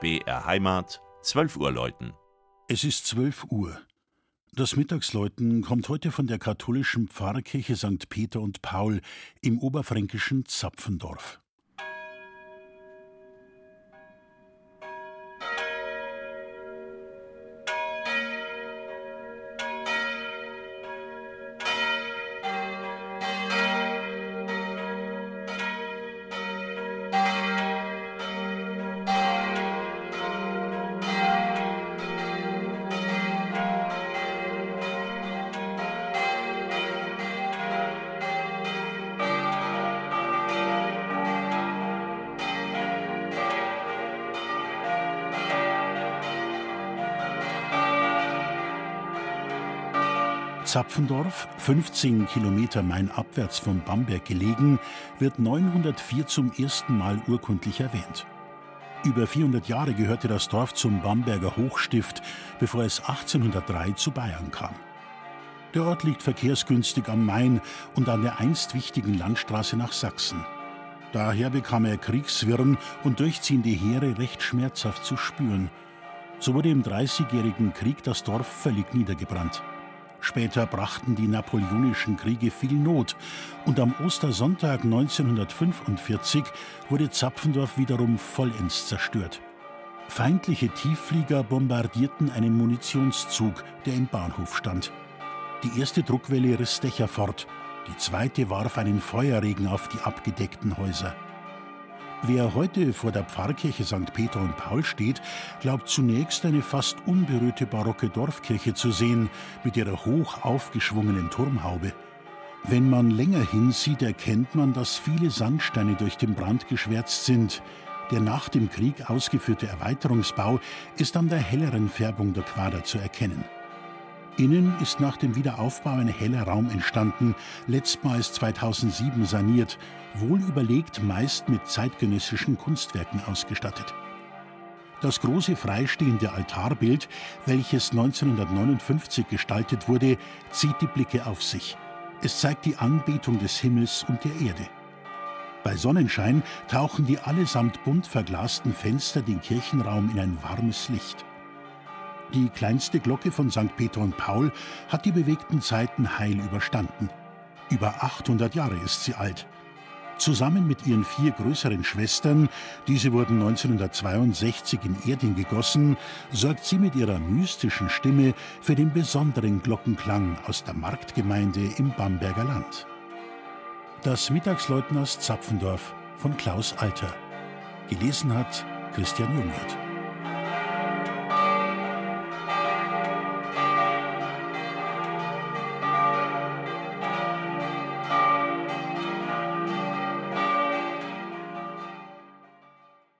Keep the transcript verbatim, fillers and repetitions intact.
B R Heimat, zwölf Uhr läuten. Es ist zwölf Uhr. Das Mittagsläuten kommt heute von der katholischen Pfarrkirche Sankt Peter und Paul im oberfränkischen Zapfendorf. Zapfendorf, fünfzehn Kilometer mainabwärts von Bamberg gelegen, wird neunhundertvier zum ersten Mal urkundlich erwähnt. Über vierhundert Jahre gehörte das Dorf zum Bamberger Hochstift, bevor es achtzehnhundertdrei zu Bayern kam. Der Ort liegt verkehrsgünstig am Main und an der einst wichtigen Landstraße nach Sachsen. Daher bekam er Kriegswirren und durchziehende Heere recht schmerzhaft zu spüren. So wurde im Dreißigjährigen Krieg das Dorf völlig niedergebrannt. Später brachten die napoleonischen Kriege viel Not und am Ostersonntag neunzehnhundertfünfundvierzig wurde Zapfendorf wiederum vollends zerstört. Feindliche Tiefflieger bombardierten einen Munitionszug, der im Bahnhof stand. Die erste Druckwelle riss Dächer fort, die zweite warf einen Feuerregen auf die abgedeckten Häuser. Wer heute vor der Pfarrkirche Sankt Peter und Paul steht, glaubt zunächst eine fast unberührte barocke Dorfkirche zu sehen, mit ihrer hoch aufgeschwungenen Turmhaube. Wenn man länger hinsieht, erkennt man, dass viele Sandsteine durch den Brand geschwärzt sind. Der nach dem Krieg ausgeführte Erweiterungsbau ist an der helleren Färbung der Quader zu erkennen. Innen ist nach dem Wiederaufbau ein heller Raum entstanden, letztmals zweitausendsieben saniert, wohl überlegt, meist mit zeitgenössischen Kunstwerken ausgestattet. Das große freistehende Altarbild, welches neunzehnhundertneunundfünfzig gestaltet wurde, zieht die Blicke auf sich. Es zeigt die Anbetung des Himmels und der Erde. Bei Sonnenschein tauchen die allesamt bunt verglasten Fenster den Kirchenraum in ein warmes Licht. Die kleinste Glocke von Sankt Peter und Paul hat die bewegten Zeiten heil überstanden. Über achthundert Jahre ist sie alt. Zusammen mit ihren vier größeren Schwestern, diese wurden neunzehnhundertzweiundsechzig in Erding gegossen, sorgt sie mit ihrer mystischen Stimme für den besonderen Glockenklang aus der Marktgemeinde im Bamberger Land. Das Mittagsläuten aus Zapfendorf von Klaus Alter. Gelesen hat Christian Jungwirth.